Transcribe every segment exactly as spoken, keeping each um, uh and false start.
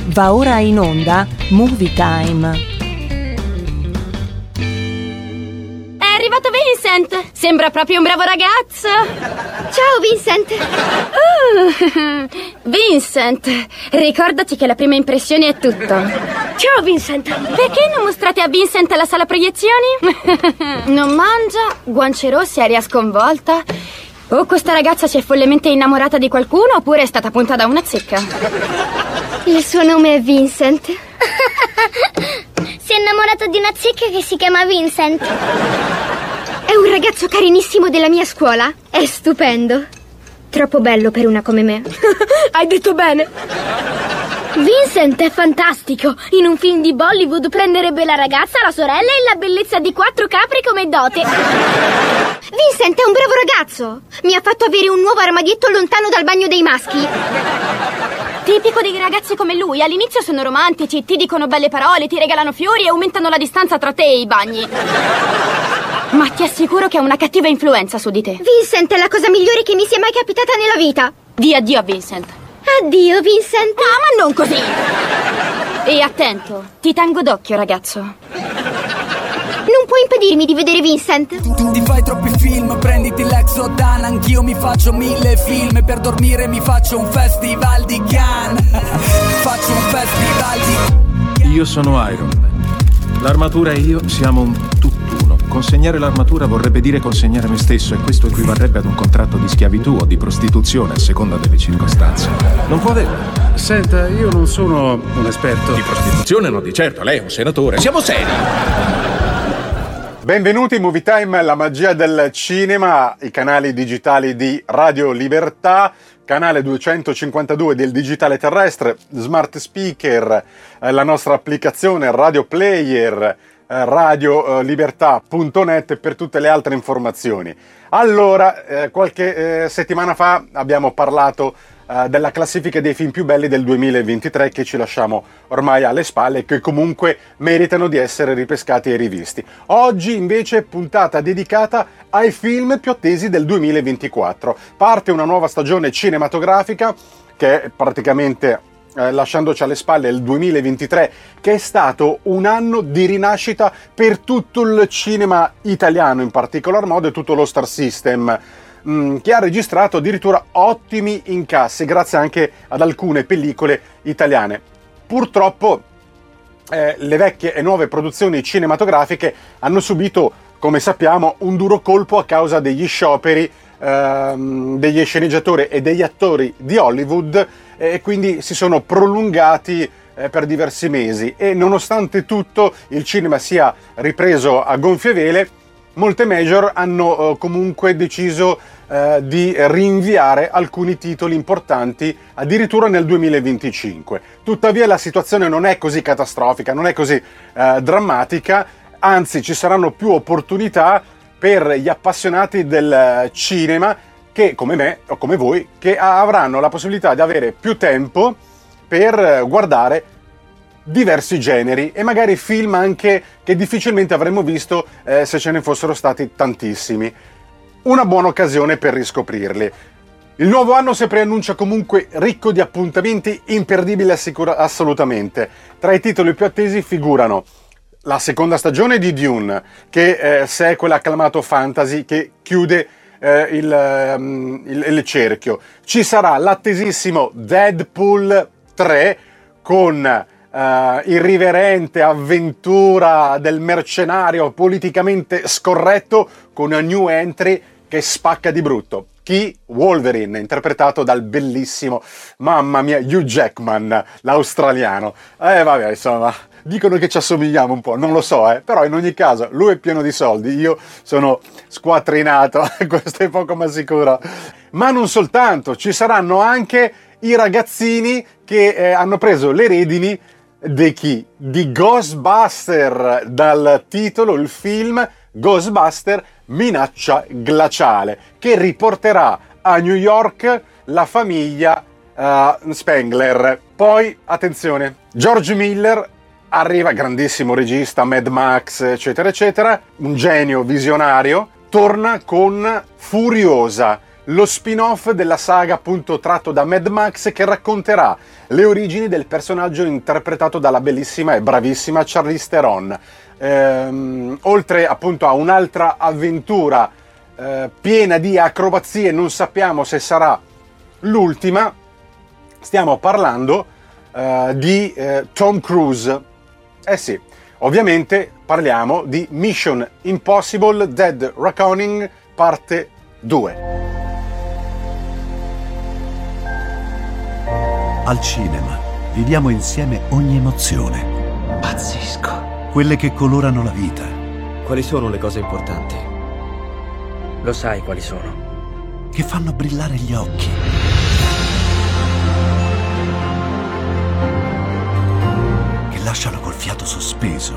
Va ora in onda Movie Time. È arrivato Vincent! Sembra proprio un bravo ragazzo! Ciao Vincent! Uh, Vincent, ricordati che la prima impressione è tutto. Ciao Vincent! Perché non mostrate a Vincent la sala proiezioni? Non mangia, guance rosse, aria sconvolta. O questa ragazza si è follemente innamorata di qualcuno oppure è stata punta da una zecca. Il suo nome è Vincent. Si è innamorato di una zecca che si chiama Vincent. È un ragazzo carinissimo della mia scuola. È stupendo. Troppo bello per una come me. Hai detto bene. Vincent è fantastico. In un film di Bollywood prenderebbe la ragazza, la sorella e la bellezza di quattro capri come dote. Vincent è un bravo ragazzo. Mi ha fatto avere un nuovo armadietto lontano dal bagno dei maschi. Tipico dei ragazzi come lui. All'inizio sono romantici, ti dicono belle parole, ti regalano fiori e aumentano la distanza tra te e i bagni. Ma ti assicuro che ha una cattiva influenza su di te. Vincent è la cosa migliore che mi sia mai capitata nella vita. Di addio a Vincent. Addio, Vincent. Ah, ma non così. E attento, ti tengo d'occhio, ragazzo. Non puoi impedirmi di vedere Vincent. Tu ti fai troppi film, prenditi l'Exodan. Anch'io mi faccio mille film. Per dormire mi faccio un festival di Cannes. Faccio un festival di... Io sono Iron Man. L'armatura e io siamo un tutt'uno. Consegnare l'armatura vorrebbe dire consegnare me stesso, e questo equivarrebbe ad un contratto di schiavitù o di prostituzione a seconda delle circostanze. Non può averlo. Senta, io non sono un esperto. Di prostituzione no, di certo, lei è un senatore. Siamo seri. Benvenuti in Movie Time, la magia del cinema, i canali digitali di Radio Libertà, canale duecentocinquantadue del digitale terrestre, smart speaker, eh, la nostra applicazione Radio Player, eh, radio libertà punto net per tutte le altre informazioni. Allora, eh, qualche eh, settimana fa abbiamo parlato eh, della classifica dei film più belli del duemilaventitré che ci lasciamo ormai alle spalle e che comunque meritano di essere ripescati e rivisti. Oggi invece puntata dedicata ai film più attesi del duemilaventiquattro. Parte una nuova stagione cinematografica che è praticamente... Eh, lasciandoci alle spalle il duemilaventitré, che è stato un anno di rinascita per tutto il cinema italiano, in particolar modo, e tutto lo Star System, mh, che ha registrato addirittura ottimi incassi grazie anche ad alcune pellicole italiane. Purtroppo eh, le vecchie e nuove produzioni cinematografiche hanno subito, come sappiamo, un duro colpo a causa degli scioperi ehm, degli sceneggiatori e degli attori di Hollywood, e quindi si sono prolungati eh, per diversi mesi, e nonostante tutto il cinema sia ripreso a gonfie vele, molte major hanno eh, comunque deciso eh, di rinviare alcuni titoli importanti addirittura nel duemilaventicinque. Tuttavia la situazione non è così catastrofica, non è così eh, drammatica, anzi ci saranno più opportunità per gli appassionati del cinema, che come me o come voi, che avranno la possibilità di avere più tempo per guardare diversi generi e magari film anche che difficilmente avremmo visto eh, se ce ne fossero stati tantissimi. Una buona occasione per riscoprirli. Il nuovo anno si preannuncia comunque ricco di appuntamenti imperdibili assicura- assolutamente. Tra i titoli più attesi figurano la seconda stagione di Dune, che eh, segue l'acclamato fantasy che chiude Eh, il, um, il, il cerchio. Ci sarà l'attesissimo Deadpool tre con uh, irriverente avventura del mercenario politicamente scorretto con una new entry che spacca di brutto. Chi? Wolverine, interpretato dal bellissimo, mamma mia, Hugh Jackman, l'australiano. Eh vabbè, insomma, dicono che ci assomigliamo un po', non lo so, eh, però in ogni caso lui è pieno di soldi, io sono squattrinato, questo è poco ma sicuro. Ma non soltanto, ci saranno anche i ragazzini che eh, hanno preso le redini di chi? Di Ghostbuster, dal titolo, il film Ghostbuster Minaccia glaciale, che riporterà a New York la famiglia uh, Spengler. Poi, attenzione, George Miller arriva, grandissimo regista, Mad Max, eccetera, eccetera, un genio visionario, torna con Furiosa, lo spin-off della saga appunto tratto da Mad Max, che racconterà le origini del personaggio interpretato dalla bellissima e bravissima Charlize Theron. Ehm, oltre appunto a un'altra avventura eh, piena di acrobazie, non sappiamo se sarà l'ultima, stiamo parlando eh, di eh, Tom Cruise. Eh sì, ovviamente parliamo di Mission Impossible Dead Reckoning parte due. Al cinema viviamo insieme ogni emozione. Pazzesco. Quelle che colorano la vita. Quali sono le cose importanti? Lo sai quali sono. Che fanno brillare gli occhi. Che lasciano col fiato sospeso.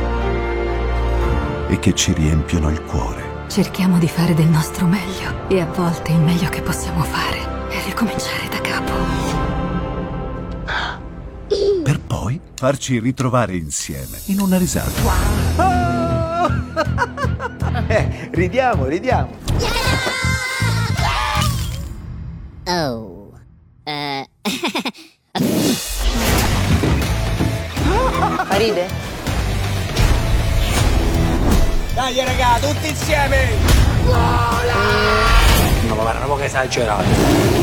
E che ci riempiono il cuore. Cerchiamo di fare del nostro meglio. E a volte il meglio che possiamo fare è ricominciare da capo. Per poi farci ritrovare insieme in una risata. eh, ridiamo, ridiamo. Oh. Eh. Ride? Dai raga, tutti insieme! Vola! No, ma guarda, un po' che esagerato.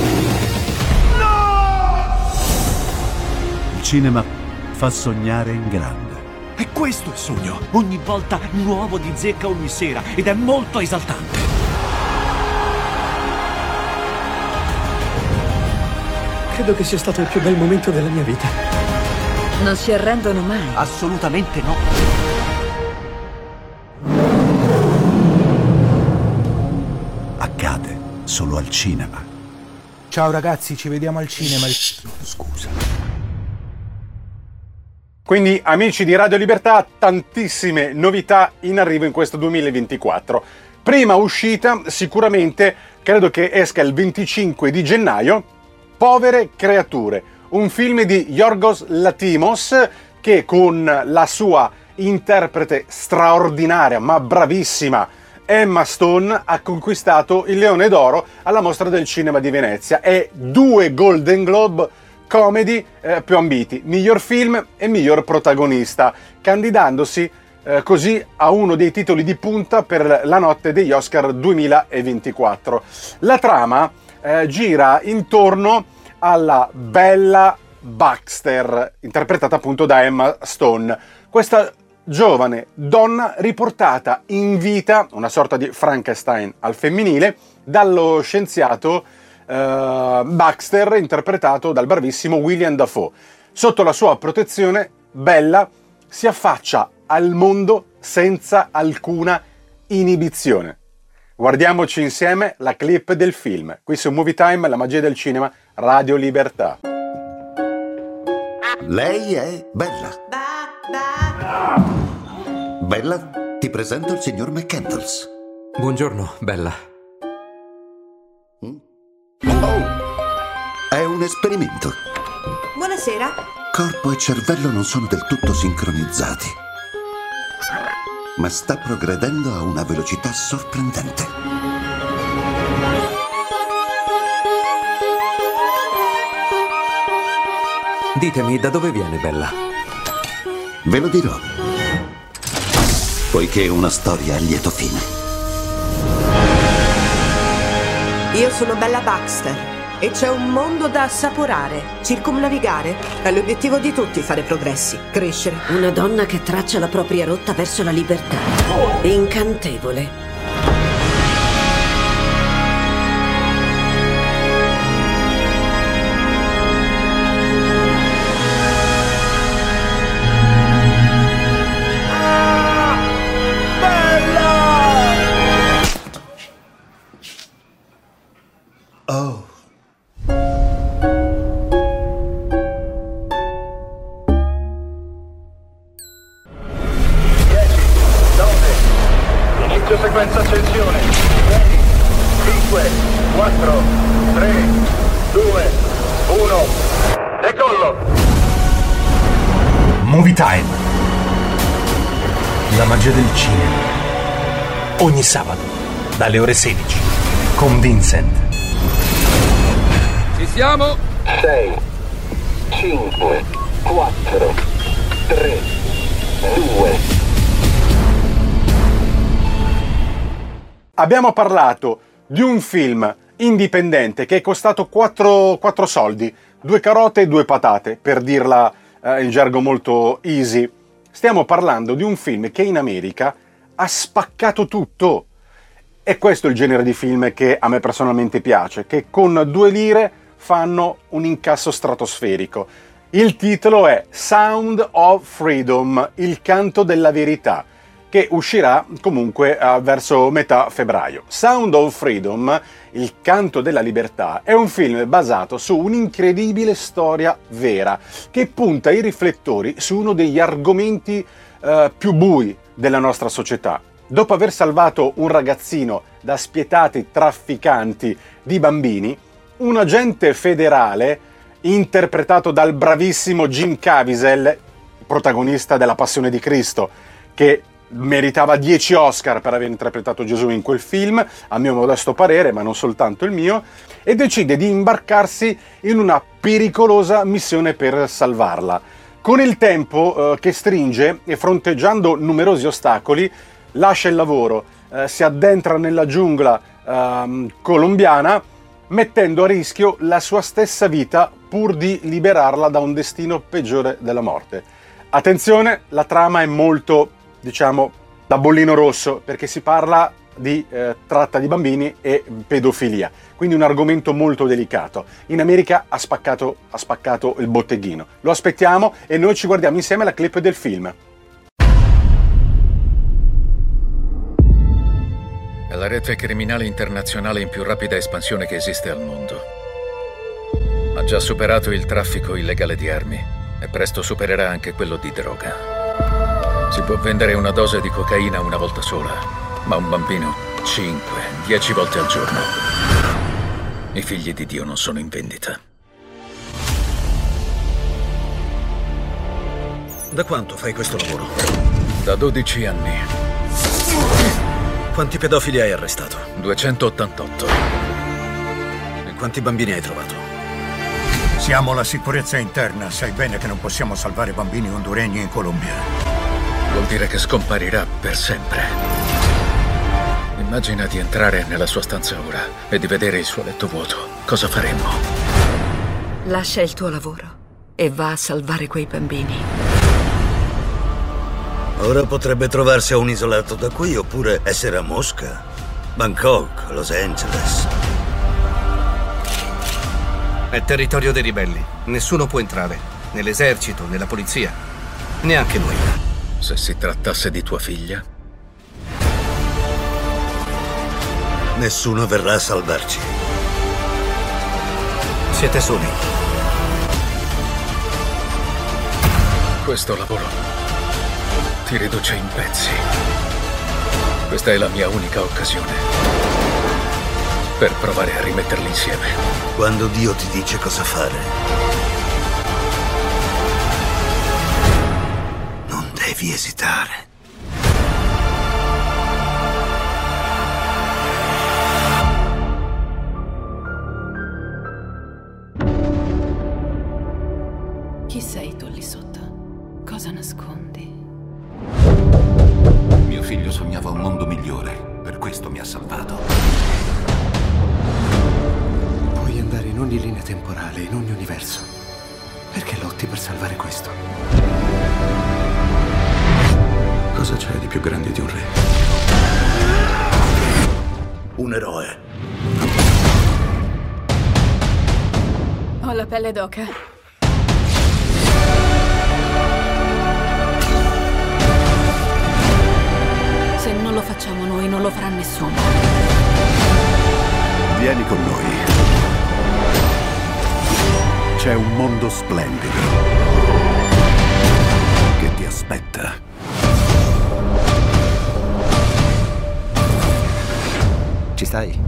Il cinema fa sognare in grande. E questo è il sogno. Ogni volta nuovo di zecca ogni sera ed è molto esaltante. Credo che sia stato il più bel momento della mia vita. Non si arrendono mai. Assolutamente no. Accade solo al cinema. Ciao ragazzi, ci vediamo al cinema. Scusa. Quindi, amici di Radio Libertà, tantissime novità in arrivo in questo duemilaventiquattro. Prima uscita, sicuramente, credo che esca il venticinque di gennaio, Povere creature, un film di Yorgos Lanthimos che con la sua interprete straordinaria ma bravissima Emma Stone ha conquistato il Leone d'Oro alla Mostra del Cinema di Venezia e due Golden Globe comedy eh, più ambiti, miglior film e miglior protagonista, candidandosi eh, così a uno dei titoli di punta per la notte degli Oscar duemilaventiquattro. La trama eh, gira intorno alla Bella Baxter, interpretata appunto da Emma Stone. Questa giovane donna riportata in vita, una sorta di Frankenstein al femminile, dallo scienziato Uh, Baxter, interpretato dal bravissimo William Dafoe. Sotto la sua protezione, Bella si affaccia al mondo senza alcuna inibizione. Guardiamoci insieme la clip del film. Qui su Movie Time, la magia del cinema, Radio Libertà. Lei è Bella. Bella, ti presento il signor McCandles. Buongiorno, Bella. Oh, è un esperimento. Buonasera. Corpo e cervello non sono del tutto sincronizzati, ma sta progredendo a una velocità sorprendente. Ditemi, da dove viene Bella? Ve lo dirò, poiché è una storia a lieto fine. Io sono Bella Baxter e c'è un mondo da assaporare, circumnavigare. È l'obiettivo di tutti fare progressi, crescere. Una donna che traccia la propria rotta verso la libertà. Incantevole. Oh. Inizio sequenza accensione. sei, cinque, quattro, tre, due, uno. Decollo. Movie Time. La magia del cinema. Ogni sabato, dalle ore sedici, con Vincent. Ci siamo? sei, cinque, quattro, tre, due. Abbiamo parlato di un film indipendente che è costato quattro soldi, due carote e due patate, per dirla eh, in gergo molto easy. Stiamo parlando di un film che in America ha spaccato tutto. E questo è il genere di film che a me personalmente piace, che con due lire fanno un incasso stratosferico. Il titolo è Sound of Freedom, il canto della verità, che uscirà comunque uh, verso metà febbraio. Sound of Freedom, il canto della libertà, è un film basato su un'incredibile storia vera, che punta i riflettori su uno degli argomenti uh, più bui della nostra società. Dopo aver salvato un ragazzino da spietati trafficanti di bambini, un agente federale, interpretato dal bravissimo Jim Caviezel, protagonista della Passione di Cristo, che meritava dieci Oscar per aver interpretato Gesù in quel film, a mio modesto parere, ma non soltanto il mio, e decide di imbarcarsi in una pericolosa missione per salvarla. Con il tempo eh, che stringe e fronteggiando numerosi ostacoli, lascia il lavoro, eh, si addentra nella giungla eh, colombiana, mettendo a rischio la sua stessa vita pur di liberarla da un destino peggiore della morte. Attenzione, la trama è molto, diciamo, da bollino rosso, perché si parla di eh, tratta di bambini e pedofilia, quindi un argomento molto delicato. In America ha spaccato, ha spaccato il botteghino. Lo aspettiamo e noi ci guardiamo insieme la clip del film. È la rete criminale internazionale in più rapida espansione che esiste al mondo. Ha già superato il traffico illegale di armi e presto supererà anche quello di droga. Si può vendere una dose di cocaina una volta sola, ma un bambino cinque, dieci volte al giorno. I figli di Dio non sono in vendita. Da quanto fai questo lavoro? Da dodici anni. Quanti pedofili hai arrestato? duecentottantotto. E quanti bambini hai trovato? Siamo la sicurezza interna. Sai bene che non possiamo salvare bambini honduregni in Colombia. Vuol dire che scomparirà per sempre. Immagina di entrare nella sua stanza ora e di vedere il suo letto vuoto. Cosa faremmo? Lascia il tuo lavoro e va a salvare quei bambini. Ora potrebbe trovarsi a un isolato da qui oppure essere a Mosca, Bangkok, Los Angeles. È territorio dei ribelli. Nessuno può entrare. Nell'esercito, nella polizia. Neanche noi. Se si trattasse di tua figlia? Nessuno verrà a salvarci. Siete soli. Questo lavoro ti riduce in pezzi. Questa è la mia unica occasione per provare a rimetterli insieme. Quando Dio ti dice cosa fare, non devi esitare. Chi sei tu lì sotto? Cosa nascondi? Mio figlio sognava un mondo migliore, per questo mi ha salvato. Puoi andare in ogni linea temporale, in ogni universo. Perché lotti per salvare questo? Cosa c'è di più grande di un re? Un eroe. Ho la pelle d'oca. Se non lo facciamo noi, non lo farà nessuno. Vieni con noi. C'è un mondo splendido che ti aspetta. Ci stai?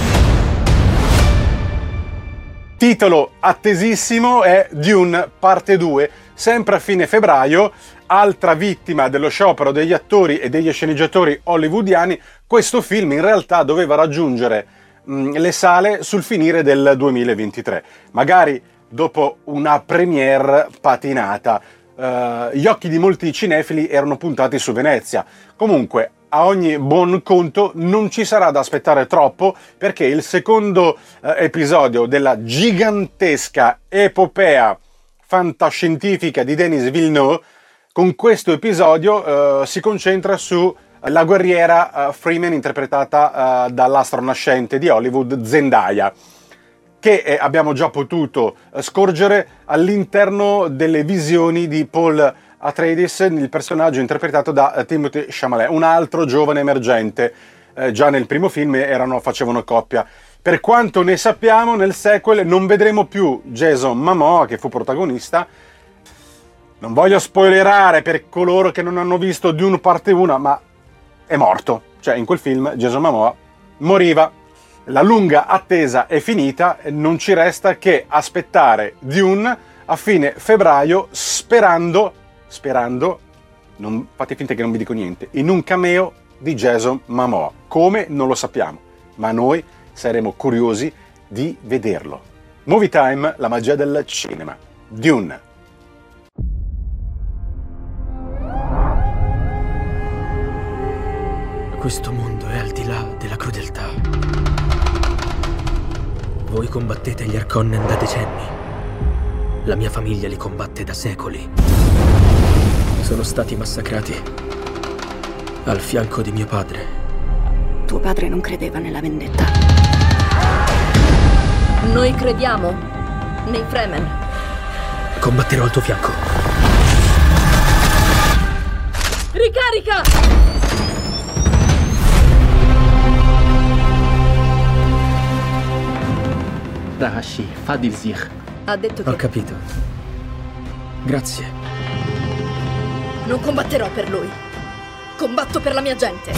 Titolo attesissimo è Dune parte due, sempre a fine febbraio. Altra vittima dello sciopero degli attori e degli sceneggiatori hollywoodiani, questo film in realtà doveva raggiungere mh, le sale sul finire del duemilaventitré, magari dopo una premiere patinata. Uh, gli occhi di molti cinefili erano puntati su Venezia. Comunque, a ogni buon conto non ci sarà da aspettare troppo, perché il secondo uh, episodio della gigantesca epopea fantascientifica di Denis Villeneuve, con questo episodio uh, si concentra su la guerriera uh, Freeman, interpretata uh, dall'astro nascente di Hollywood Zendaya, che eh, abbiamo già potuto eh, scorgere all'interno delle visioni di Paul Atreides, il personaggio interpretato da eh, Timothée Chalamet, un altro giovane emergente. Eh, già nel primo film erano, facevano coppia. Per quanto ne sappiamo, nel sequel non vedremo più Jason Momoa, che fu protagonista. Non voglio spoilerare per coloro che non hanno visto Dune parte uno, ma è morto. Cioè, in quel film Jason Momoa moriva. La lunga attesa è finita, non ci resta che aspettare Dune a fine febbraio, sperando, sperando, non fate finta che non vi dico niente, in un cameo di Jason Momoa. Come? Non lo sappiamo, ma noi saremo curiosi di vederlo. Movie Time, la magia del cinema. Dune. Questo mondo è al di là della crudeltà. Voi combattete gli Harkonnen da decenni. La mia famiglia li combatte da secoli. Sono stati massacrati al fianco di mio padre. Tuo padre non credeva nella vendetta. Noi crediamo nei Fremen. Combatterò al tuo fianco. Ricarica! Rahashi, Fadilzir. Ha detto che... Ho capito. Grazie. Non combatterò per lui. Combatto per la mia gente.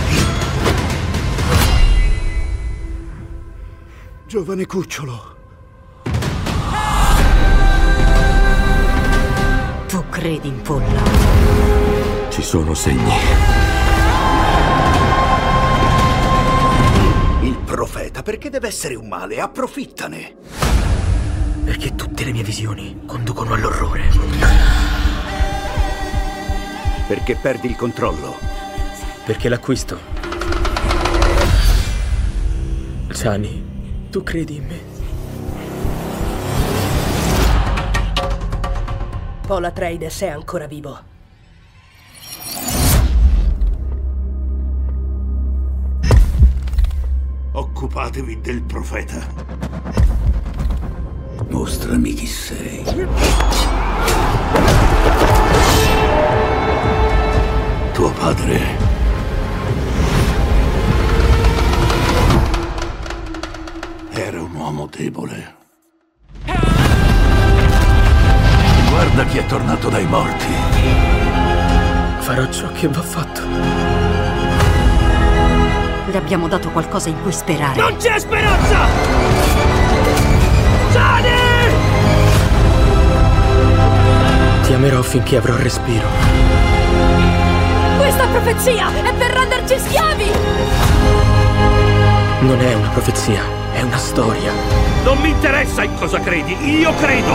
Giovane cucciolo. Tu credi in Polla? Ci sono segni. Il profeta, perché deve essere un male? Approfittane. Perché tutte le mie visioni conducono all'orrore. Perché perdi il controllo. Perché l'acquisto. Chani, tu credi in me? Paul Atreides è ancora vivo. Occupatevi del profeta. Mostrami chi sei. Tuo padre era un uomo debole. Guarda chi è tornato dai morti. Farò ciò che va fatto. Le abbiamo dato qualcosa in cui sperare. Non c'è speranza! Chani! Ti amerò finché avrò respiro. Questa profezia è per renderci schiavi! Non è una profezia, è una storia. Non mi interessa in cosa credi, io credo!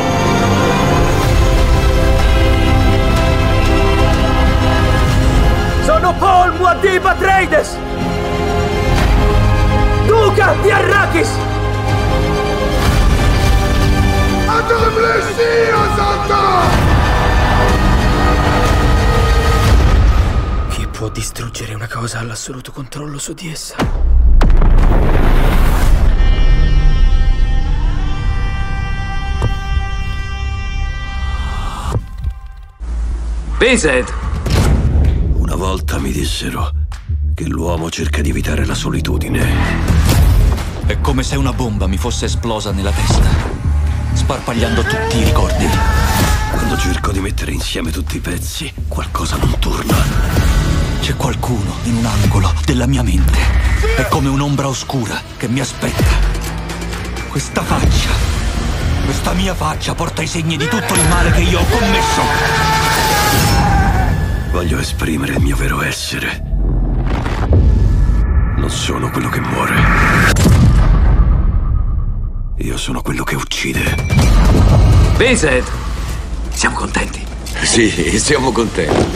Sono Paul Muad'Dib Atreides! Duca di Arrakis! Adam Lessia, Santa! Chi può distruggere una cosa ha l'assoluto controllo su di essa. Vincent! Una volta mi dissero che l'uomo cerca di evitare la solitudine. È come se una bomba mi fosse esplosa nella testa, sparpagliando tutti i ricordi. Quando cerco di mettere insieme tutti i pezzi, qualcosa non torna. C'è qualcuno in un angolo della mia mente. È come un'ombra oscura che mi aspetta. Questa faccia, questa mia faccia porta i segni di tutto il male che io ho commesso. Voglio esprimere il mio vero essere. Non sono quello che muore. Io sono quello che uccide. Vincent! Siamo contenti? Sì, siamo contenti.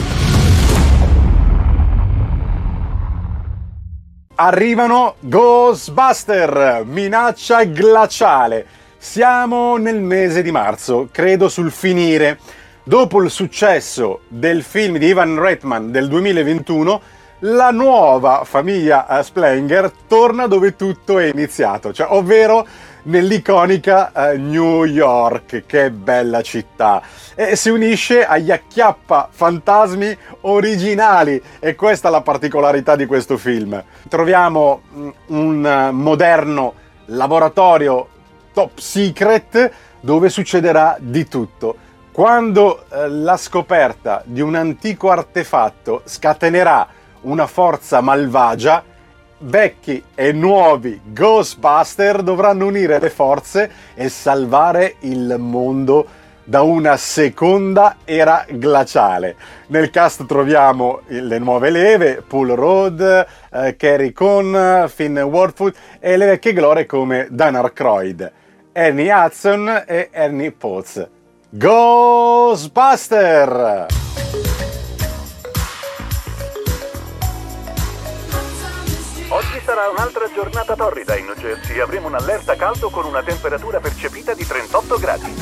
Arrivano Ghostbuster, minaccia glaciale. Siamo nel mese di marzo, credo sul finire. Dopo il successo del film di Ivan Reitman del duemilaventuno, la nuova famiglia Spengler torna dove tutto è iniziato, cioè ovvero nell'iconica uh, New York. Che bella città, e si unisce agli acchiappa fantasmi originali, e questa è la particolarità di questo film. Troviamo un moderno laboratorio top secret dove succederà di tutto. Quando eh, la scoperta di un antico artefatto scatenerà una forza malvagia, vecchi e nuovi Ghostbuster dovranno unire le forze e salvare il mondo da una seconda era glaciale. Nel cast troviamo le nuove leve, Paul Rudd, eh, Carrie Coon, Finn Wolfwood, e le vecchie glorie come Dan Aykroyd, Ernie Hudson e Ernie Potts. Ghostbuster! Oggi sarà un'altra giornata torrida in New Jersey. Avremo un'allerta caldo con una temperatura percepita di trentotto gradi.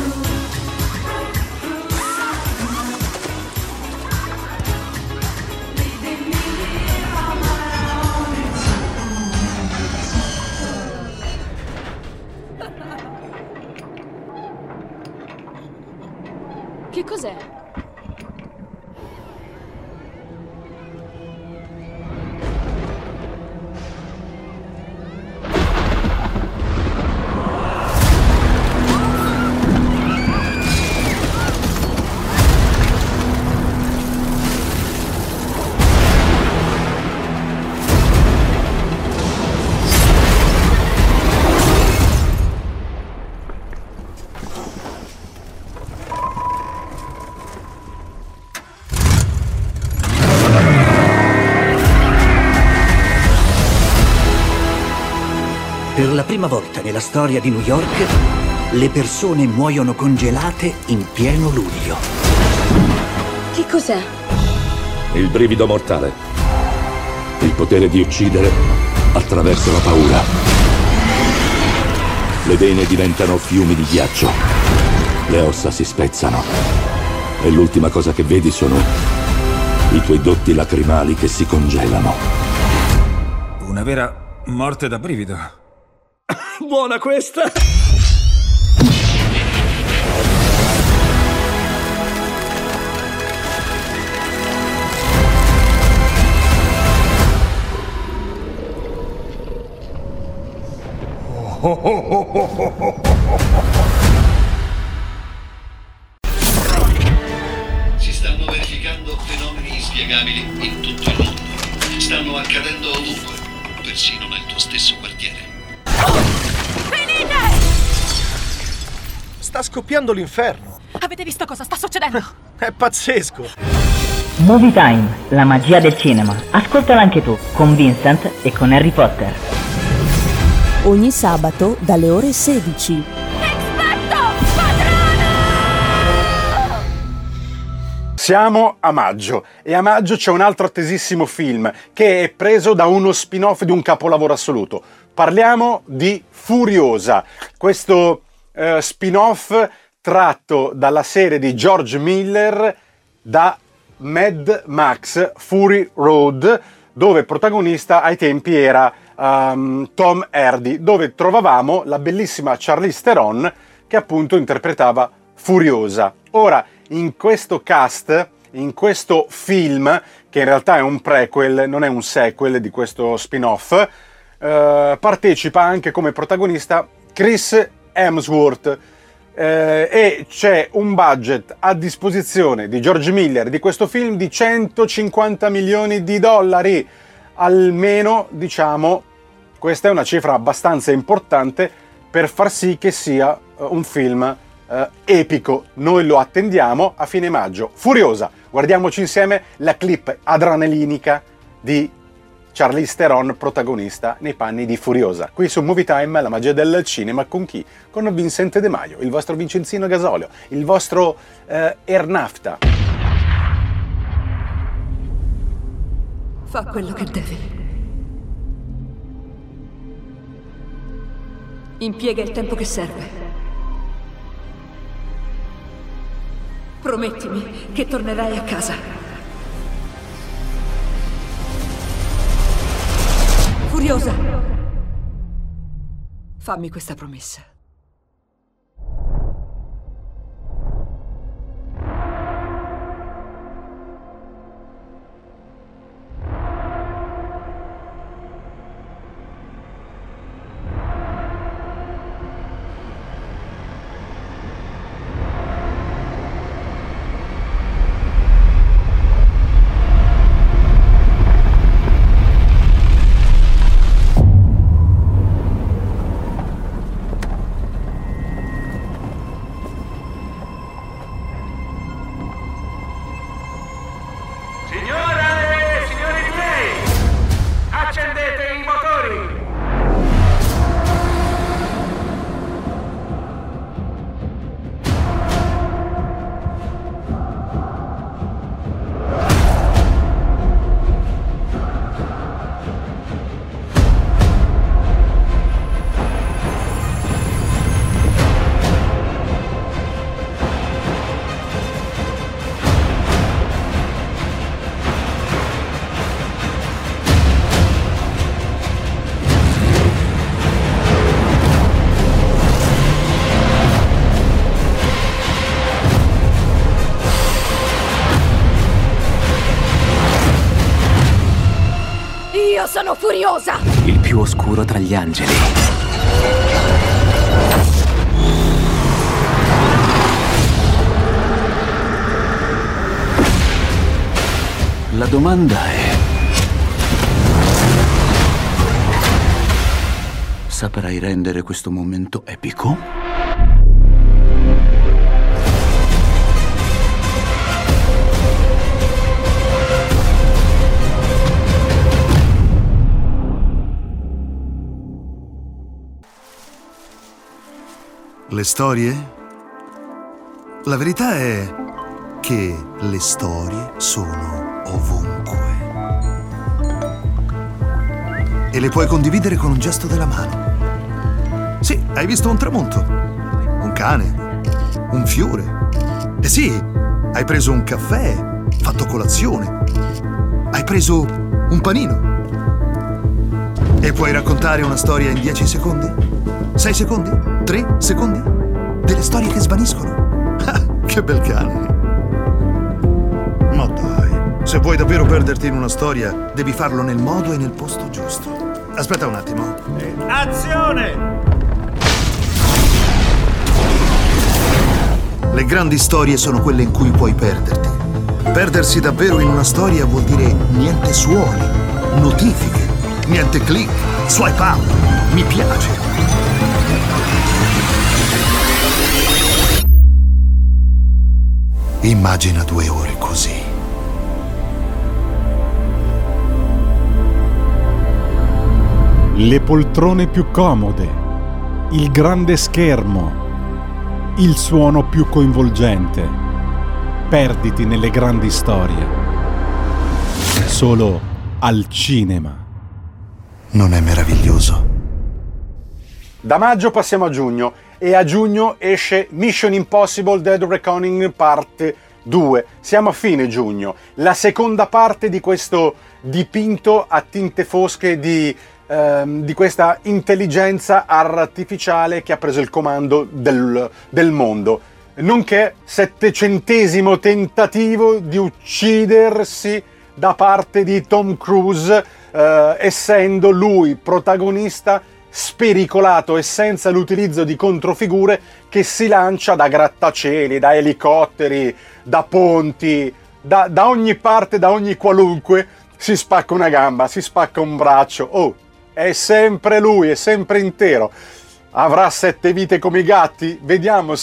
Che cos'è? Per la prima volta nella storia di New York, le persone muoiono congelate in pieno luglio. Che cos'è? Il brivido mortale. Il potere di uccidere attraverso la paura. Le vene diventano fiumi di ghiaccio. Le ossa si spezzano. E l'ultima cosa che vedi sono i tuoi dotti lacrimali che si congelano. Una vera morte da brivido. Buona questa! Si stanno verificando fenomeni inspiegabili in tutto il mondo. Stanno accadendo ovunque, persino nel tuo stesso quartiere. Venite! Sta scoppiando l'inferno. Avete visto cosa sta succedendo? È pazzesco. Movie Time, la magia del cinema. Ascoltala anche tu, con Vincent e con Harry Potter. Ogni sabato dalle ore sedici. Siamo a maggio, e a maggio c'è un altro attesissimo film che è preso da uno spin-off di un capolavoro assoluto. Parliamo di Furiosa, questo eh, spin-off tratto dalla serie di George Miller da Mad Max Fury Road, dove protagonista ai tempi era um, Tom Hardy, dove trovavamo la bellissima Charlize Theron che appunto interpretava Furiosa. Ora, in questo cast, in questo film, che in realtà è un prequel, non è un sequel di questo spin-off, eh, partecipa anche come protagonista Chris Hemsworth, eh, e c'è un budget a disposizione di George Miller di questo film di centocinquanta milioni di dollari. Almeno, diciamo, questa è una cifra abbastanza importante per far sì che sia un film Uh, epico. Noi lo attendiamo a fine maggio. Furiosa, guardiamoci insieme la clip adrenalinica di Charlize Theron protagonista nei panni di Furiosa. Qui su Movie Time, la magia del cinema, con chi? Con Vincent De Maio, il vostro Vincenzino Gasolio, il vostro eh, Ernafta. Fa quello che devi. Impiega il tempo che serve. Promettimi che tornerai a casa. Furiosa! Fammi questa promessa. Io sono Furiosa! Il più oscuro tra gli angeli. La domanda è: saprai rendere questo momento epico? Le storie? La verità è che le storie sono ovunque. E le puoi condividere con un gesto della mano. Sì, hai visto un tramonto, un cane, un fiore. E sì, hai preso un caffè, fatto colazione. Hai preso un panino. E puoi raccontare una storia in dieci secondi? sei secondi? tre secondi? Delle storie che svaniscono. Ah, che bel cane. Ma dai, se vuoi davvero perderti in una storia, devi farlo nel modo e nel posto giusto. Aspetta un attimo. Azione! Le grandi storie sono quelle in cui puoi perderti. Perdersi davvero in una storia vuol dire niente suoni, notifiche, niente click, swipe up, mi piace. Immagina due ore così. Le poltrone più comode, il grande schermo, il suono più coinvolgente. Perditi nelle grandi storie. Solo al cinema. Non è meraviglioso? Da maggio passiamo a giugno e a giugno esce Mission Impossible Dead Reckoning parte due. Siamo a fine giugno, la seconda parte di questo dipinto a tinte fosche di, ehm, di questa intelligenza artificiale che ha preso il comando del, del mondo, nonché settecentesimo tentativo di uccidersi da parte di Tom Cruise, eh, essendo lui protagonista spericolato e senza l'utilizzo di controfigure, che si lancia da grattacieli, da elicotteri, da ponti, da, da ogni parte, da ogni qualunque, si spacca una gamba, si spacca un braccio. Oh, è sempre lui, è sempre intero. Avrà sette vite come i gatti? Vediamo se,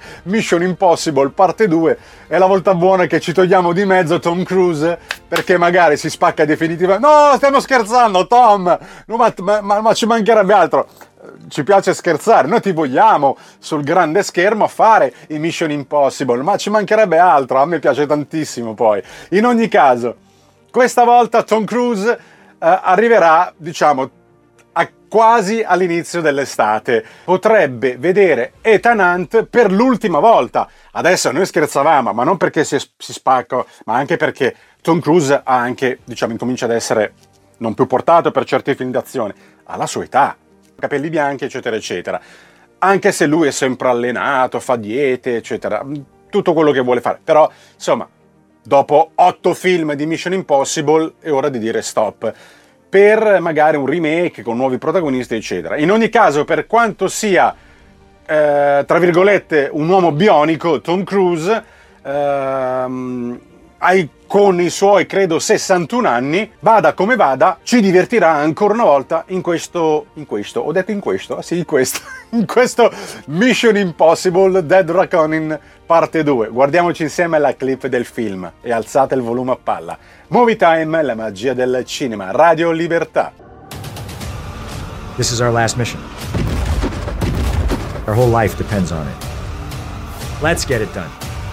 Mission Impossible parte due, e la volta buona è che ci togliamo di mezzo Tom Cruise, perché magari si spacca definitivamente. No, stiamo scherzando, Tom! No, ma, ma, ma, ma ci mancherebbe altro. Ci piace scherzare, noi ti vogliamo sul grande schermo a fare i Mission Impossible, ma ci mancherebbe altro, a me piace tantissimo poi. In ogni caso, questa volta Tom Cruise eh, arriverà, diciamo, a quasi all'inizio dell'estate. Potrebbe vedere Ethan Hunt per l'ultima volta. Adesso noi scherzavamo, ma non perché si, si spacca, ma anche perché Tom Cruise ha anche, diciamo, incomincia ad essere non più portato per certi film d'azione, alla sua età. Capelli bianchi, eccetera, eccetera. Anche se lui è sempre allenato, fa diete, eccetera, tutto quello che vuole fare. Però, insomma, dopo otto film di Mission Impossible è ora di dire stop, per magari un remake con nuovi protagonisti, eccetera. In ogni caso, per quanto sia, eh, tra virgolette, un uomo bionico, Tom Cruise, ehm, ai, con i suoi, credo, sessantuno anni, vada come vada, ci divertirà ancora una volta in questo, in questo, ho detto in questo? Ah sì, in questo, in questo Mission Impossible Dead Reckoning parte due. Guardiamoci insieme la clip del film e alzate il volume a palla. Movie Time, la magia del cinema, Radio Libertà. This is our last mission. Our whole life depends on it. Let's get it done.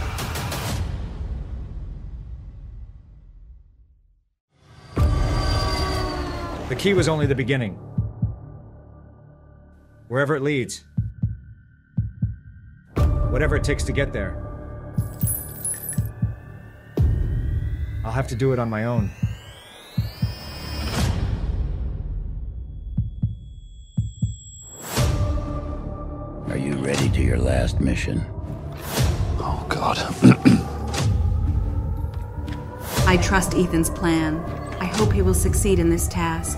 The key was only the beginning. Wherever it leads. Whatever it takes to get there. I'll have to do it on my own. Are you ready to your last mission? Oh, God. I trust Ethan's plan. I hope he will succeed in this task.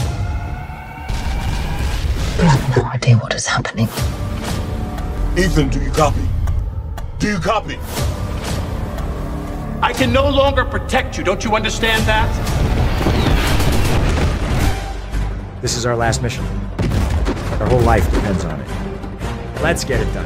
You have no idea what is happening. Ethan, do you copy? Do you copy? I can no longer protect you, don't you understand that? This is our last mission. Our whole life depends on it. Let's get it done.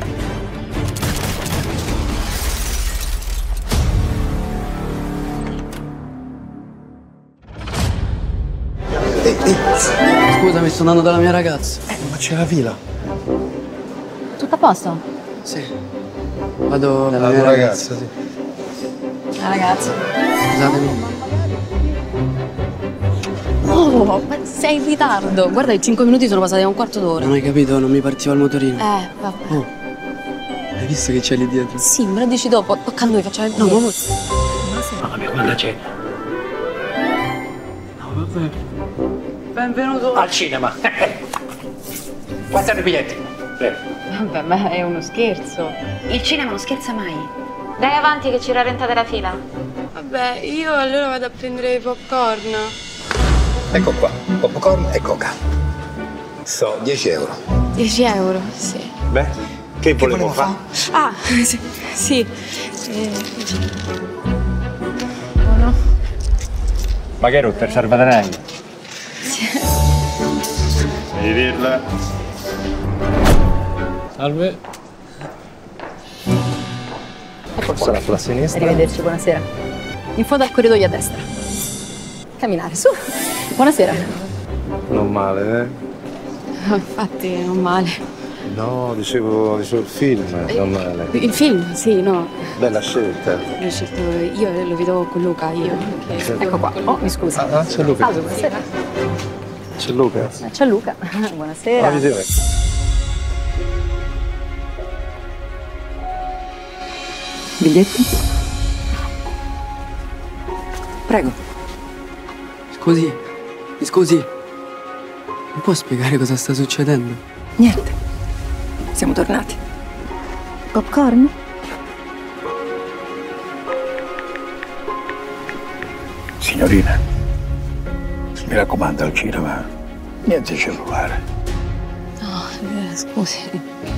Scusami, sto andando dalla mia ragazza. Eh, ma c'è la fila. Tutto a posto? Sì. Vado dalla La mia tua ragazza. ragazza, sì. La ragazza. Scusatemi. Oh, ma sei in ritardo. Guarda, i cinque minuti sono passati a un quarto d'ora. Non hai capito, non mi partiva il motorino. Eh, vabbè. Oh. Hai visto che c'è lì dietro? Sì, me lo dici dopo. Tocca a noi, facciamo il No, ma... Mamma mia, quando c'è? No, vabbè. Benvenuto al cinema. Quanti sono i biglietti? Prego. Vabbè, ma è uno scherzo. Il cinema non scherza mai. Dai avanti che ci rallentate la fila. Vabbè, io allora vado a prendere i popcorn. Ecco qua, popcorn e coca. So, dieci euro. dieci euro, sì. Beh, che volevo fare? Ah, sì. sì. Eh, no. Ma che ero per salvadanaio? Sì. Devi dirla. Salve. Ecco Sarà sulla sinistra. Arrivederci, buonasera. In fondo al corridoio a destra. Camminare, su. Buonasera. Non male, eh? No, infatti, non male. No, dicevo, dicevo il film, non male. Il film, sì, no. Bella scelta. L'ho scelto io, lo vedo con Luca, io. Okay. Ecco qua. Oh, mi scusi. Ah, ah, c'è Luca. Salve, buonasera. C'è Luca. C'è Luca. Buonasera. Buona visione. Biglietti? Prego. Scusi, mi scusi. Mi può spiegare cosa sta succedendo? Niente. Siamo tornati. Popcorn? Signorina, mi raccomando al cinema, niente cellulare. No, eh, scusi.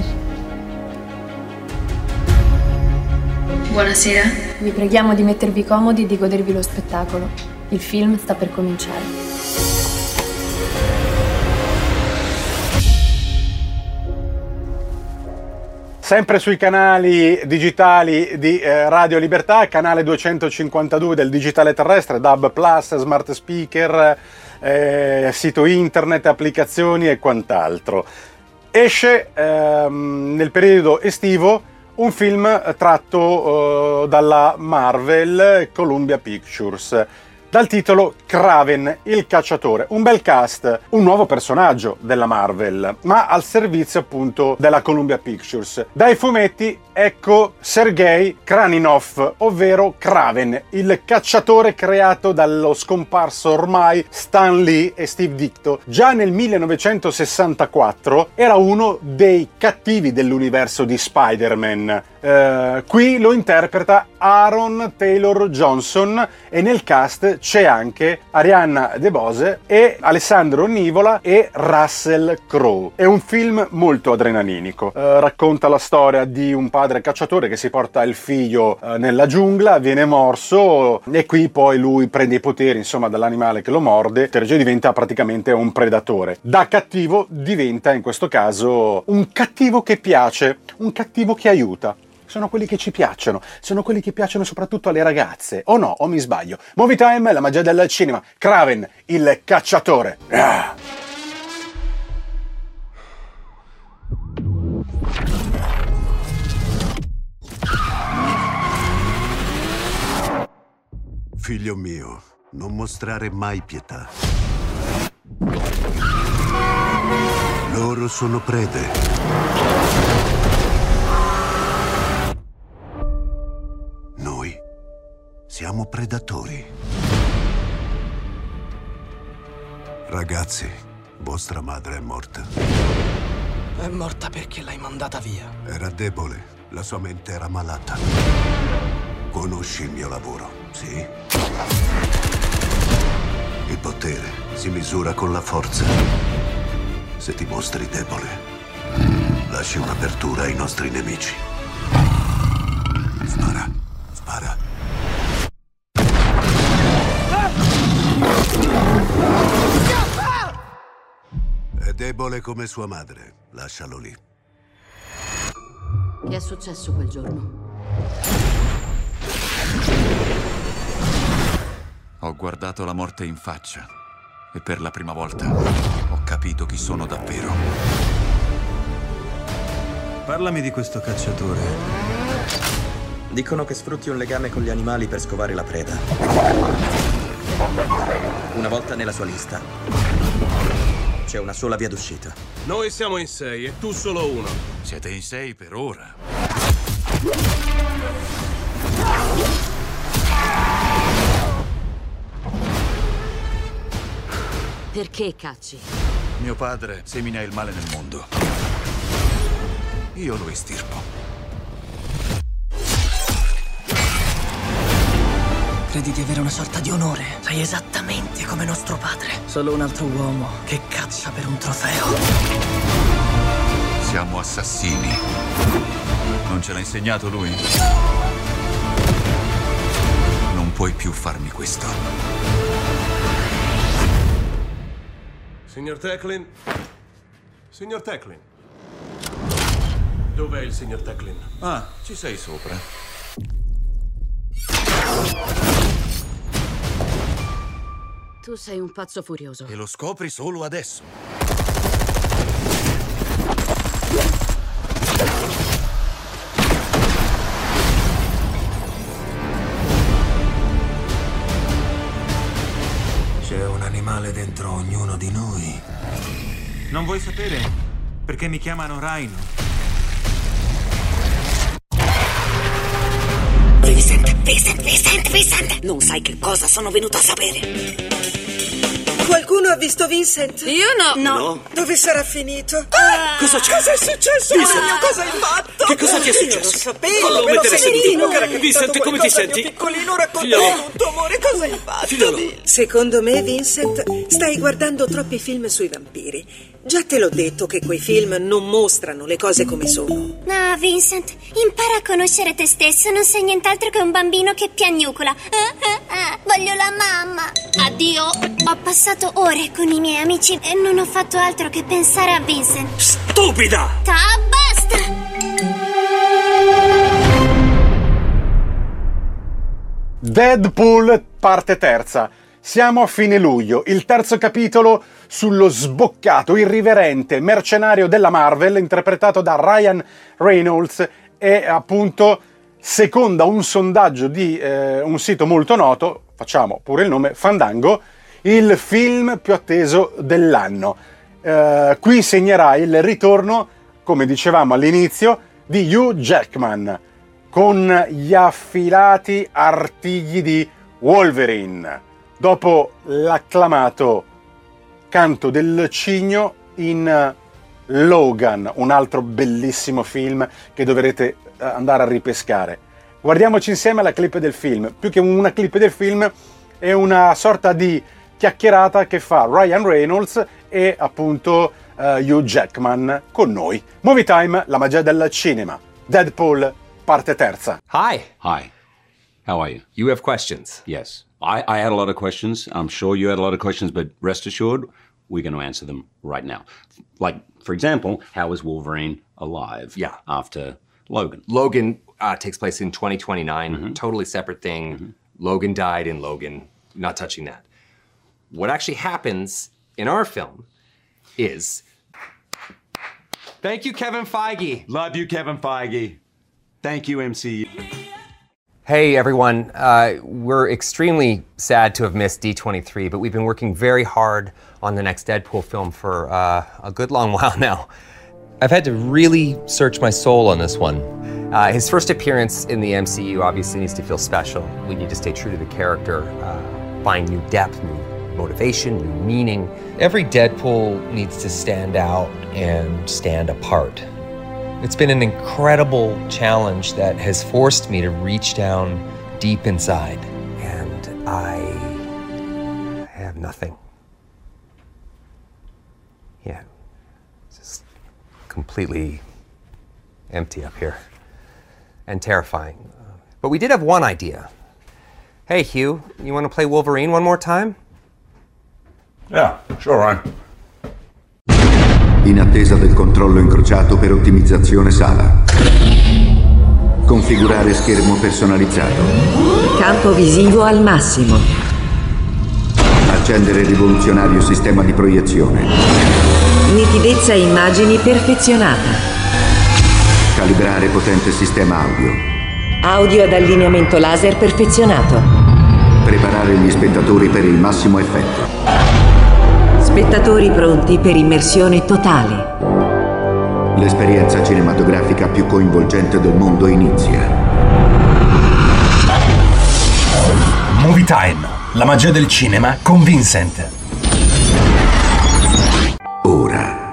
Buonasera. Vi preghiamo di mettervi comodi e di godervi lo spettacolo. Il film sta per cominciare. sempre sui canali digitali di eh, Radio Libertà, canale duecentocinquantadue del digitale terrestre, D A B plus, smart speaker, eh, sito internet, applicazioni e quant'altro. Esce ehm, nel periodo estivo un film tratto eh, dalla Marvel Columbia Pictures, dal titolo Kraven, il cacciatore. Un bel cast, un nuovo personaggio della Marvel, ma al servizio appunto della Columbia Pictures. Dai fumetti ecco Sergei Kraninov, ovvero Kraven, il cacciatore creato dallo scomparso ormai Stan Lee e Steve Ditko. Già nel millenovecentosessantaquattro era uno dei cattivi dell'universo di Spider-Man. Uh, qui lo interpreta Aaron Taylor Johnson e nel cast c'è anche Ariana DeBose e Alessandro Nivola e Russell Crowe. È un film molto adrenalinico. Uh, racconta la storia di un padre cacciatore che si porta il figlio uh, nella giungla, viene morso e qui poi lui prende i poteri, insomma, dall'animale che lo morde e diventa praticamente un predatore. Da cattivo diventa in questo caso un cattivo che piace, un cattivo che aiuta. Sono quelli che ci piacciono, sono quelli che piacciono soprattutto alle ragazze. O no, o mi sbaglio? Movie Time, la magia del cinema. Kraven, il cacciatore. Ah. Figlio mio, non mostrare mai pietà. Loro sono prede. Noi siamo predatori. Ragazzi, vostra madre è morta. È morta perché l'hai mandata via. Era debole, la sua mente era malata. Conosci il mio lavoro, sì? Il potere si misura con la forza. Se ti mostri debole, lasci un'apertura ai nostri nemici. Spara. Spara. È debole come sua madre. Lascialo lì. Che è successo quel giorno? Ho guardato la morte in faccia e per la prima volta ho capito chi sono davvero. Parlami di questo cacciatore. Dicono che sfrutti un legame con gli animali per scovare la preda. Una volta nella sua lista c'è una sola via d'uscita. Noi siamo in sei e tu solo uno. Siete in sei per ora. Perché cacci? Mio padre semina il male nel mondo. Io lo estirpo. Credi di avere una sorta di onore? Sei esattamente come nostro padre. Solo un altro uomo che caccia per un trofeo. Siamo assassini. Non ce l'ha insegnato lui? Non puoi più farmi questo. Signor Tecklin? Signor Tecklin? Dov'è il signor Tecklin? Ah, ci sei sopra. Tu sei un pazzo furioso. E lo scopri solo adesso. C'è un animale dentro ognuno di noi. Non vuoi sapere perché mi chiamano Rhino? Vincent, Vincent, Vincent, Vincent! Non sai che cosa sono venuto a sapere. Qualcuno ha visto Vincent? Io no. No. No. Dove sarà finito? Ah, cosa c'è? Cosa è successo? Vincent. Mio, cosa hai fatto? Che cosa ti è Io successo? non lo sapevo. Fallo me lo mettere sentivo seduto. che era capitato Vincent, come ti qualcosa al senti? mio piccolino, raccontami Figliolo. tutto, amore. Cosa hai fatto? Figliolo. Di- Secondo me, Vincent, stai guardando troppi film sui vampiri. Già te l'ho detto che quei film non mostrano le cose come sono. No, Vincent, impara a conoscere te stesso. Non sei nient'altro che un bambino che piagnucola. Ah, ah, ah, voglio la mamma. Addio. Ho passato ore con i miei amici e non ho fatto altro che pensare a Vincent. Stupida! Ta, basta! Deadpool parte terza. Siamo a fine luglio, il terzo capitolo sullo sboccato, irriverente mercenario della Marvel, interpretato da Ryan Reynolds, e appunto, seconda un sondaggio di eh, un sito molto noto, facciamo pure il nome, Fandango, il film più atteso dell'anno. Eh, qui segnerà il ritorno, come dicevamo all'inizio, di Hugh Jackman, con gli affilati artigli di Wolverine, dopo l'acclamato canto del cigno in Logan, un altro bellissimo film che dovrete andare a ripescare. Guardiamoci insieme la clip del film. Più che una clip del film, è una sorta di chiacchierata che fa Ryan Reynolds e appunto uh, Hugh Jackman con noi. Movie Time, la magia del cinema. Deadpool, parte terza. Hi. Hi. How are you? You have questions. Yes. I, I had a lot of questions. I'm sure you had a lot of questions, but rest assured, we're going to answer them right now. Like, for example, how is Wolverine alive Yeah. after Logan? Logan uh, takes place in twenty twenty-nine. Mhm. Totally separate thing. Mhm. Logan died in Logan. Not touching that. What actually happens in our film is... Thank you, Kevin Feige. Love you, Kevin Feige. Thank you, M C U. Hey everyone, uh, we're extremely sad to have missed D twenty-three, but we've been working very hard on the next Deadpool film for uh, a good long while now. I've had to really search my soul on this one. Uh, his first appearance in the M C U obviously needs to feel special. We need to stay true to the character, uh, find new depth, new motivation, new meaning. Every Deadpool needs to stand out and stand apart. It's been an incredible challenge that has forced me to reach down deep inside. And I have nothing. Yeah, it's just completely empty up here and terrifying. But we did have one idea. Hey, Hugh, you want to play Wolverine one more time? Yeah, sure, Ryan. In attesa del controllo incrociato per ottimizzazione sala. Configurare schermo personalizzato. Campo visivo al massimo. Accendere il rivoluzionario sistema di proiezione. Nitidezza immagini perfezionata. Calibrare potente sistema audio. Audio ad allineamento laser perfezionato. Preparare gli spettatori per il massimo effetto. Spettatori pronti per immersione totale. L'esperienza cinematografica più coinvolgente del mondo inizia. Movie Time, la magia del cinema con Vincent. Ora.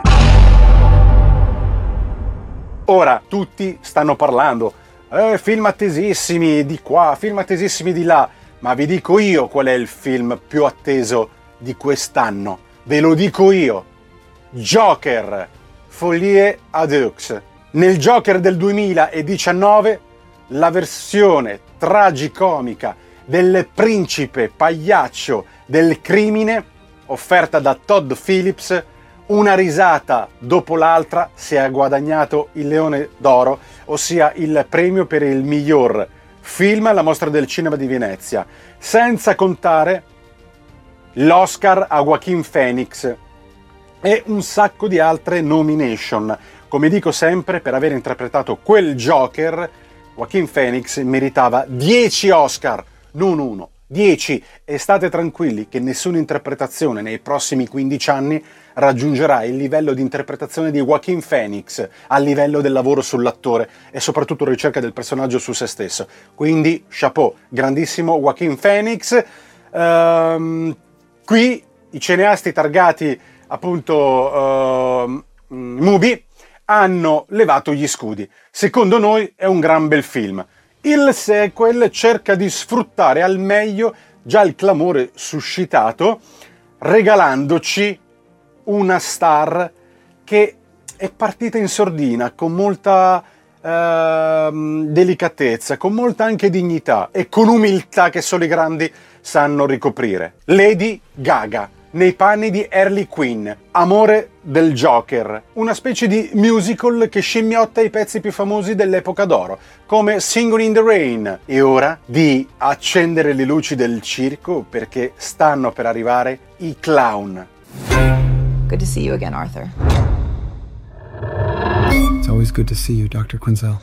Ora tutti stanno parlando. Eh, film attesissimi di qua, film attesissimi di là. Ma vi dico io qual è il film più atteso di quest'anno. Ve lo dico io. Joker, Folie à Deux. Nel Joker del duemiladiciannove, la versione tragicomica del principe pagliaccio del crimine, offerta da Todd Phillips, una risata dopo l'altra, si è guadagnato il Leone d'Oro, ossia il premio per il miglior film alla Mostra del Cinema di Venezia, senza contare l'Oscar a Joaquin Phoenix e un sacco di altre nomination. Come dico sempre, per aver interpretato quel Joker, Joaquin Phoenix meritava dieci Oscar, non uno, dieci, e state tranquilli che nessuna interpretazione nei prossimi quindici anni raggiungerà il livello di interpretazione di Joaquin Phoenix a livello del lavoro sull'attore e soprattutto ricerca del personaggio su se stesso. Quindi, chapeau, grandissimo Joaquin Phoenix. Ehm... Qui i cineasti targati appunto uh, Mubi hanno levato gli scudi. Secondo noi è un gran bel film. Il sequel cerca di sfruttare al meglio già il clamore suscitato, regalandoci una star che è partita in sordina con molta uh, delicatezza, con molta anche dignità e con umiltà che solo i grandi sanno ricoprire. Lady Gaga, nei panni di Harley Quinn, amore del Joker, una specie di musical che scimmiotta i pezzi più famosi dell'epoca d'oro, come Singing in the Rain. E ora di accendere le luci del circo perché stanno per arrivare i clown. Good to see you again, Arthur. It's always good to see you, Doctor Quinzel.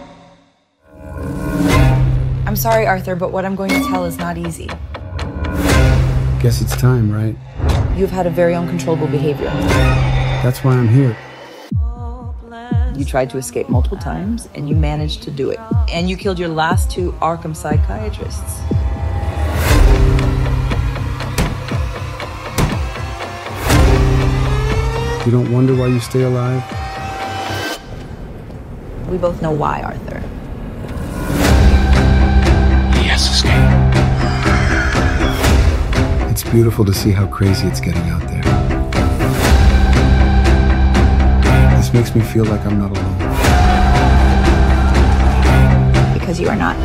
I'm sorry, Arthur, but what I'm going to tell is not easy. Guess it's time, right? You've had a very uncontrollable behavior. That's why I'm here. You tried to escape multiple times, and you managed to do it. And you killed your last two Arkham psychiatrists. You don't wonder why you stay alive? We both know why, Arthur. He has escaped. It's beautiful to see how crazy it's getting out there. This makes me feel like I'm not alone. Because you are not.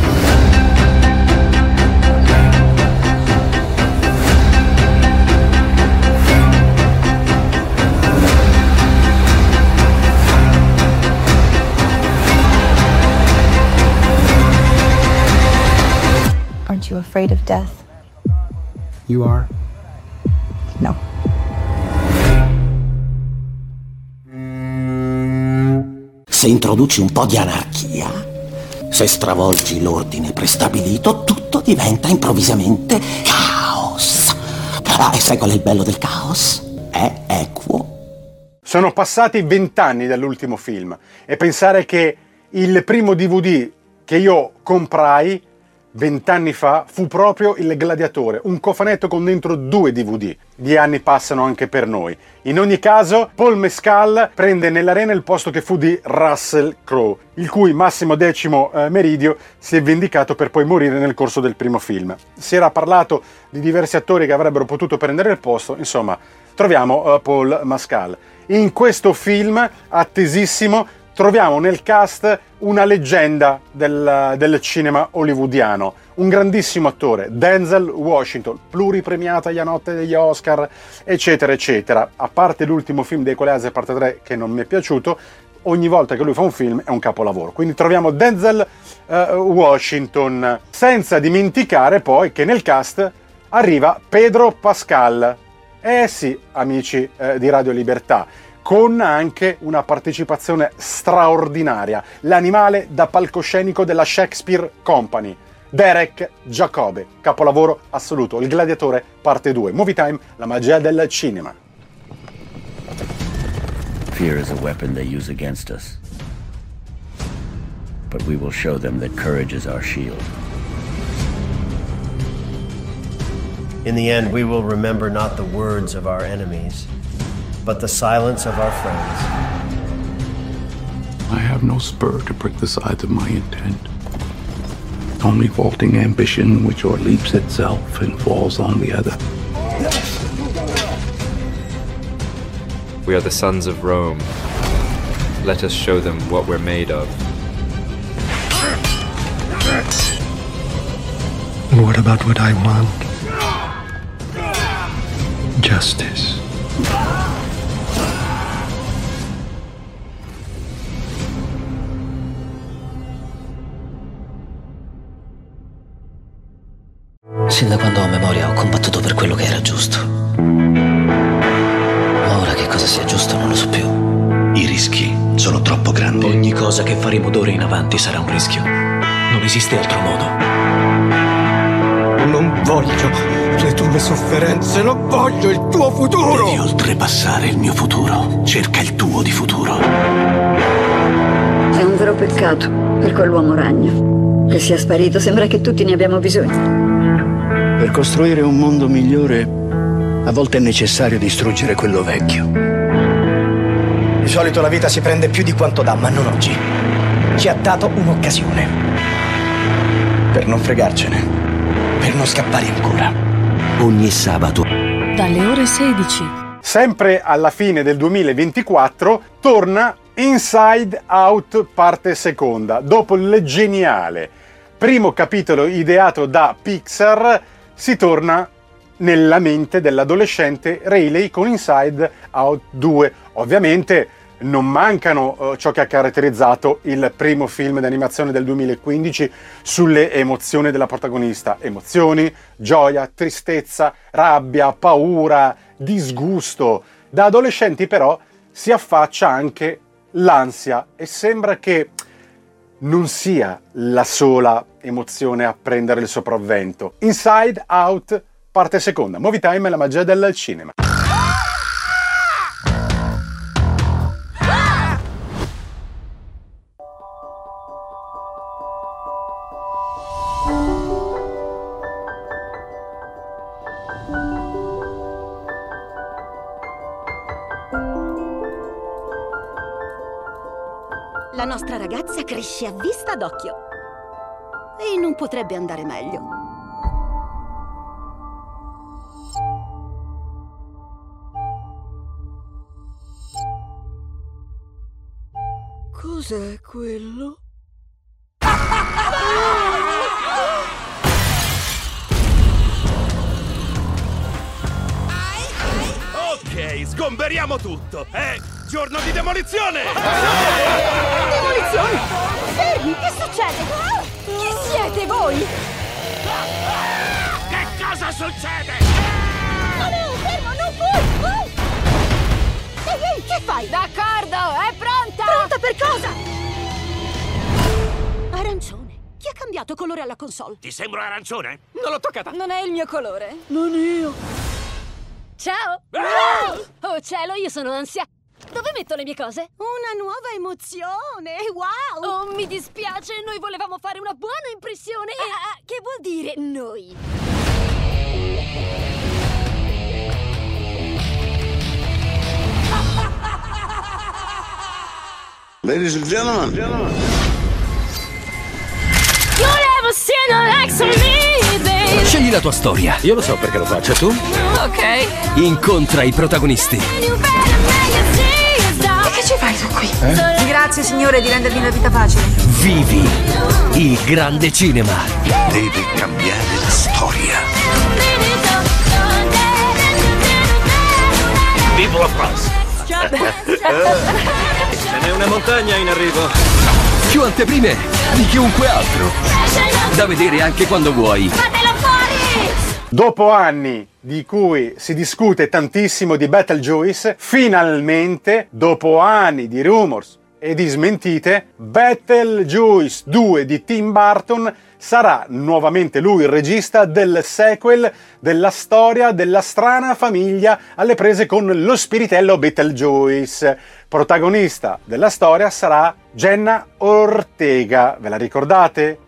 Aren't you afraid of death? You are? No. Se introduci un po' di anarchia, se stravolgi l'ordine prestabilito, tutto diventa improvvisamente caos. E sai qual è il bello del caos? È equo. Sono passati vent'anni dall'ultimo film e pensare che il primo D V D che io comprai vent'anni fa fu proprio Il Gladiatore, un cofanetto con dentro due D V D. Gli anni passano anche per noi. In ogni caso, Paul Mescal prende nell'arena il posto che fu di Russell Crowe, il cui Massimo Decimo eh, Meridio si è vendicato per poi morire nel corso del primo film. Si era parlato di diversi attori che avrebbero potuto prendere il posto, insomma, troviamo uh, Paul Mescal. In questo film, attesissimo, troviamo nel cast una leggenda del, del cinema hollywoodiano, un grandissimo attore, Denzel Washington, pluripremiato agli notte degli Oscar, eccetera, eccetera. A parte l'ultimo film dei Equalizer parte tre che non mi è piaciuto, ogni volta che lui fa un film è un capolavoro. Quindi troviamo Denzel uh, Washington, senza dimenticare poi che nel cast arriva Pedro Pascal. Eh sì, amici eh, di Radio Libertà, con anche una partecipazione straordinaria, l'animale da palcoscenico della Shakespeare Company, Derek Jacobi, capolavoro assoluto, Il Gladiatore parte due, Movie Time, la magia del cinema. Fear is a weapon they use against us, but we will show them that courage is our shield. In the end, we will remember not the words of our enemies, but the silence of our friends. I have no spur to prick the sides of my intent. Only vaulting ambition which o'erleaps itself and falls on the other. We are the sons of Rome. Let us show them what we're made of. And what about what I want? Justice. Sin da quando ho memoria ho combattuto per quello che era giusto. Ma ora che cosa sia giusto non lo so più. I rischi sono troppo grandi. Ogni cosa che faremo d'ora in avanti sarà un rischio. Non esiste altro modo. Non voglio le tue sofferenze, non voglio il tuo futuro! Devi oltrepassare il mio futuro. Cerca il tuo di futuro. È un vero peccato per quell'uomo ragno. Che sia sparito, sembra che tutti ne abbiamo bisogno. Per costruire un mondo migliore, a volte è necessario distruggere quello vecchio. Di solito la vita si prende più di quanto dà, ma non oggi. Ci ha dato un'occasione. Per non fregarcene. Per non scappare ancora. Ogni sabato. Dalle ore sedici. Sempre alla fine del duemilaventiquattro torna Inside Out parte seconda. Dopo il geniale primo capitolo ideato da Pixar, si torna nella mente dell'adolescente Riley con Inside Out due. Ovviamente non mancano uh, ciò che ha caratterizzato il primo film d'animazione del duemilaquindici sulle emozioni della protagonista. Emozioni, gioia, tristezza, rabbia, paura, disgusto. Da adolescenti però si affaccia anche l'ansia e sembra che non sia la sola emozione a prendere il sopravvento. Inside Out, parte seconda. Movie Time e la magia del cinema. La nostra ragazza cresce a vista d'occhio e non potrebbe andare meglio. Cos'è quello? Ok, sgomberiamo tutto! È giorno di demolizione! Demolizione? Fermi, che succede? Chi siete voi? Che cosa succede? No, no, fermo, non puoi! Oh! Ehi, ehi, che fai? D'accordo, è pronta! Pronta per cosa? Arancione. Chi ha cambiato colore alla console? Ti sembro arancione? Non l'ho toccata! Non è il mio colore. Non io. Ciao! Ah! Oh cielo, io sono ansia. Dove metto le mie cose? Una nuova emozione! Wow! Oh, mi dispiace, noi volevamo fare una buona impressione e... Ah, che vuol dire noi? Ladies and gentlemen, gentlemen. You never seen a like some me, baby. Scegli la tua storia. Io lo so perché lo faccio, tu? Ok. Incontra i protagonisti. Che ci fai tu qui? Eh? Grazie signore di rendermi la vita facile. Vivi il grande cinema. Devi cambiare la storia. Vivo la frase! Ce n'è una montagna in arrivo. Più anteprime di chiunque altro. Da vedere anche quando vuoi. Fatelo fuori! Dopo anni di cui si discute tantissimo di Beetlejuice, finalmente, dopo anni di rumors e di smentite, Beetlejuice due di Tim Burton sarà nuovamente lui il regista del sequel della storia della strana famiglia alle prese con lo spiritello Beetlejuice. Protagonista della storia sarà Jenna Ortega, ve la ricordate?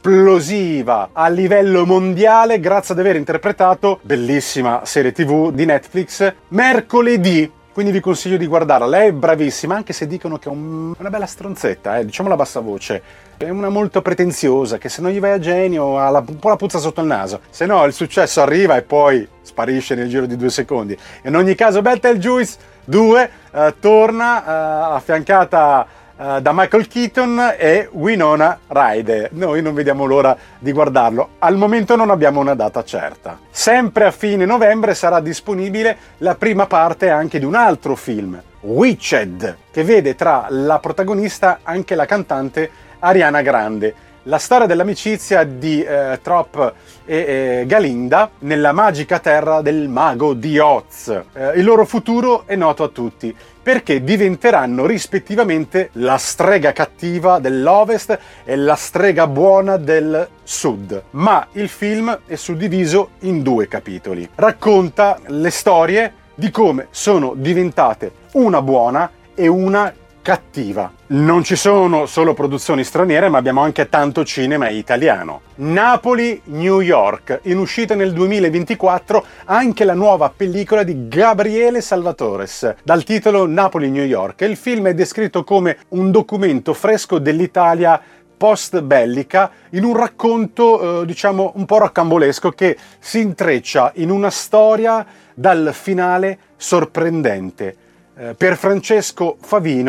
Esplosiva a livello mondiale grazie ad aver interpretato bellissima serie tv di Netflix Mercoledì. Quindi vi consiglio di guardarla, lei è bravissima, anche se dicono che è un, una bella stronzetta, eh, diciamola a bassa voce. È una molto pretenziosa, che se non gli vai a genio ha la, un po' la puzza sotto il naso. Se no il successo arriva e poi sparisce nel giro di due secondi. In ogni caso Beetlejuice due eh, torna eh, affiancata Uh, da Michael Keaton e Winona Ryder. Noi non vediamo l'ora di guardarlo. Al momento non abbiamo una data certa. Sempre a fine novembre sarà disponibile la prima parte anche di un altro film, Witched, che vede tra la protagonista anche la cantante Ariana Grande. La storia dell'amicizia di eh, Trop e eh, Galinda nella magica terra del mago di Oz. Eh, il loro futuro è noto a tutti, perché diventeranno rispettivamente la strega cattiva dell'Ovest e la strega buona del Sud. Ma il film è suddiviso in due capitoli. Racconta le storie di come sono diventate una buona e una cattiva. Non ci sono solo produzioni straniere, ma abbiamo anche tanto cinema italiano. Napoli, New York, in uscita nel duemilaventiquattro anche la nuova pellicola di Gabriele Salvatores, dal titolo Napoli, New York. Il film è descritto come un documento fresco dell'Italia post-bellica in un racconto, eh, diciamo, un po' rocambolesco che si intreccia in una storia dal finale sorprendente. Eh, per Francesco Favino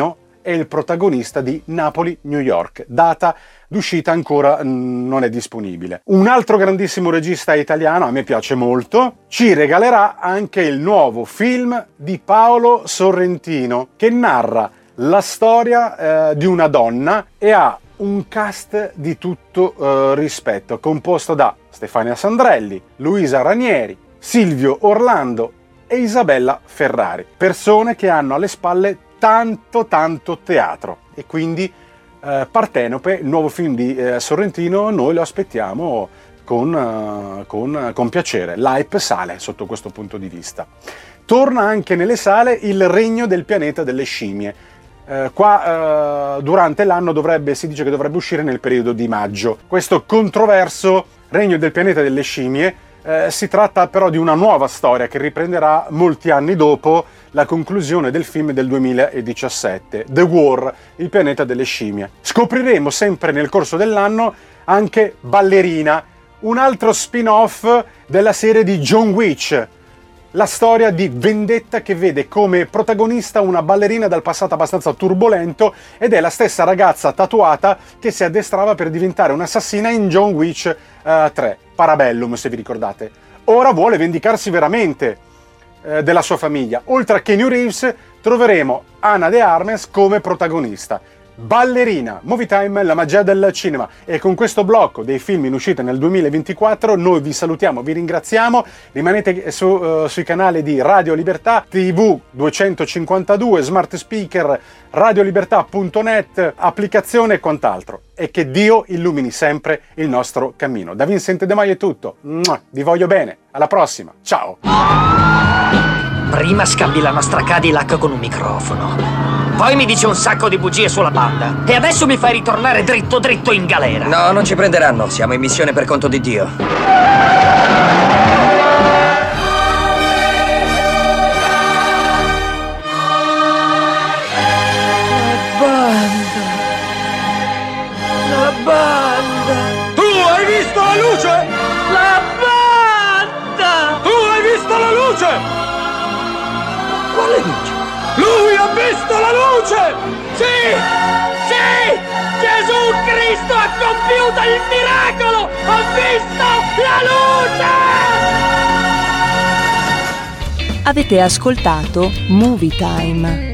è il protagonista di Napoli-New York, data d'uscita ancora non è disponibile. Un altro grandissimo regista italiano, a me piace molto, ci regalerà anche il nuovo film di Paolo Sorrentino, che narra la storia eh, di una donna e ha un cast di tutto eh, rispetto, composto da Stefania Sandrelli, Luisa Ranieri, Silvio Orlando e Isabella Ferrari, persone che hanno alle spalle tanto tanto teatro, e quindi eh, Partenope, il nuovo film di eh, Sorrentino, noi lo aspettiamo con, uh, con, con piacere. L'hype sale sotto questo punto di vista. Torna anche nelle sale Il Regno del pianeta delle scimmie. Uh, qua uh, durante l'anno dovrebbe, si dice che dovrebbe uscire nel periodo di maggio. Questo controverso Regno del pianeta delle scimmie uh, si tratta però di una nuova storia che riprenderà molti anni dopo la conclusione del film del duemiladiciassette, The War, il pianeta delle scimmie. Scopriremo sempre nel corso dell'anno anche Ballerina, un altro spin-off della serie di John Wick, la storia di vendetta che vede come protagonista una ballerina dal passato abbastanza turbolento, ed è la stessa ragazza tatuata che si addestrava per diventare un'assassina in John Wick uh, tre, Parabellum, se vi ricordate. Ora vuole vendicarsi veramente eh, della sua famiglia. Oltre a Keanu Reeves troveremo Ana de Armas come protagonista. Ballerina, Movie Time, la magia del cinema. E con questo blocco dei film in uscita nel duemilaventiquattro noi vi salutiamo, vi ringraziamo. Rimanete su, uh, sui canali di Radio Libertà, tivù duecentocinquantadue, smart speaker, radiolibertà punto net, applicazione e quant'altro. E che Dio illumini sempre il nostro cammino. Da Vincent De Maio è tutto. Vi voglio bene. Alla prossima. Ciao. Prima scambi la nostra Cadillac con un microfono. Poi mi dice un sacco di bugie sulla banda. E adesso mi fai ritornare dritto dritto in galera. No, non ci prenderanno. Siamo in missione per conto di Dio. La banda. Tu hai visto la luce? La banda. Tu hai visto la luce? Quale luce? Lui ha visto la luce! Sì! Sì! Gesù Cristo ha compiuto il miracolo! Ha visto la luce! Avete ascoltato Movie Time.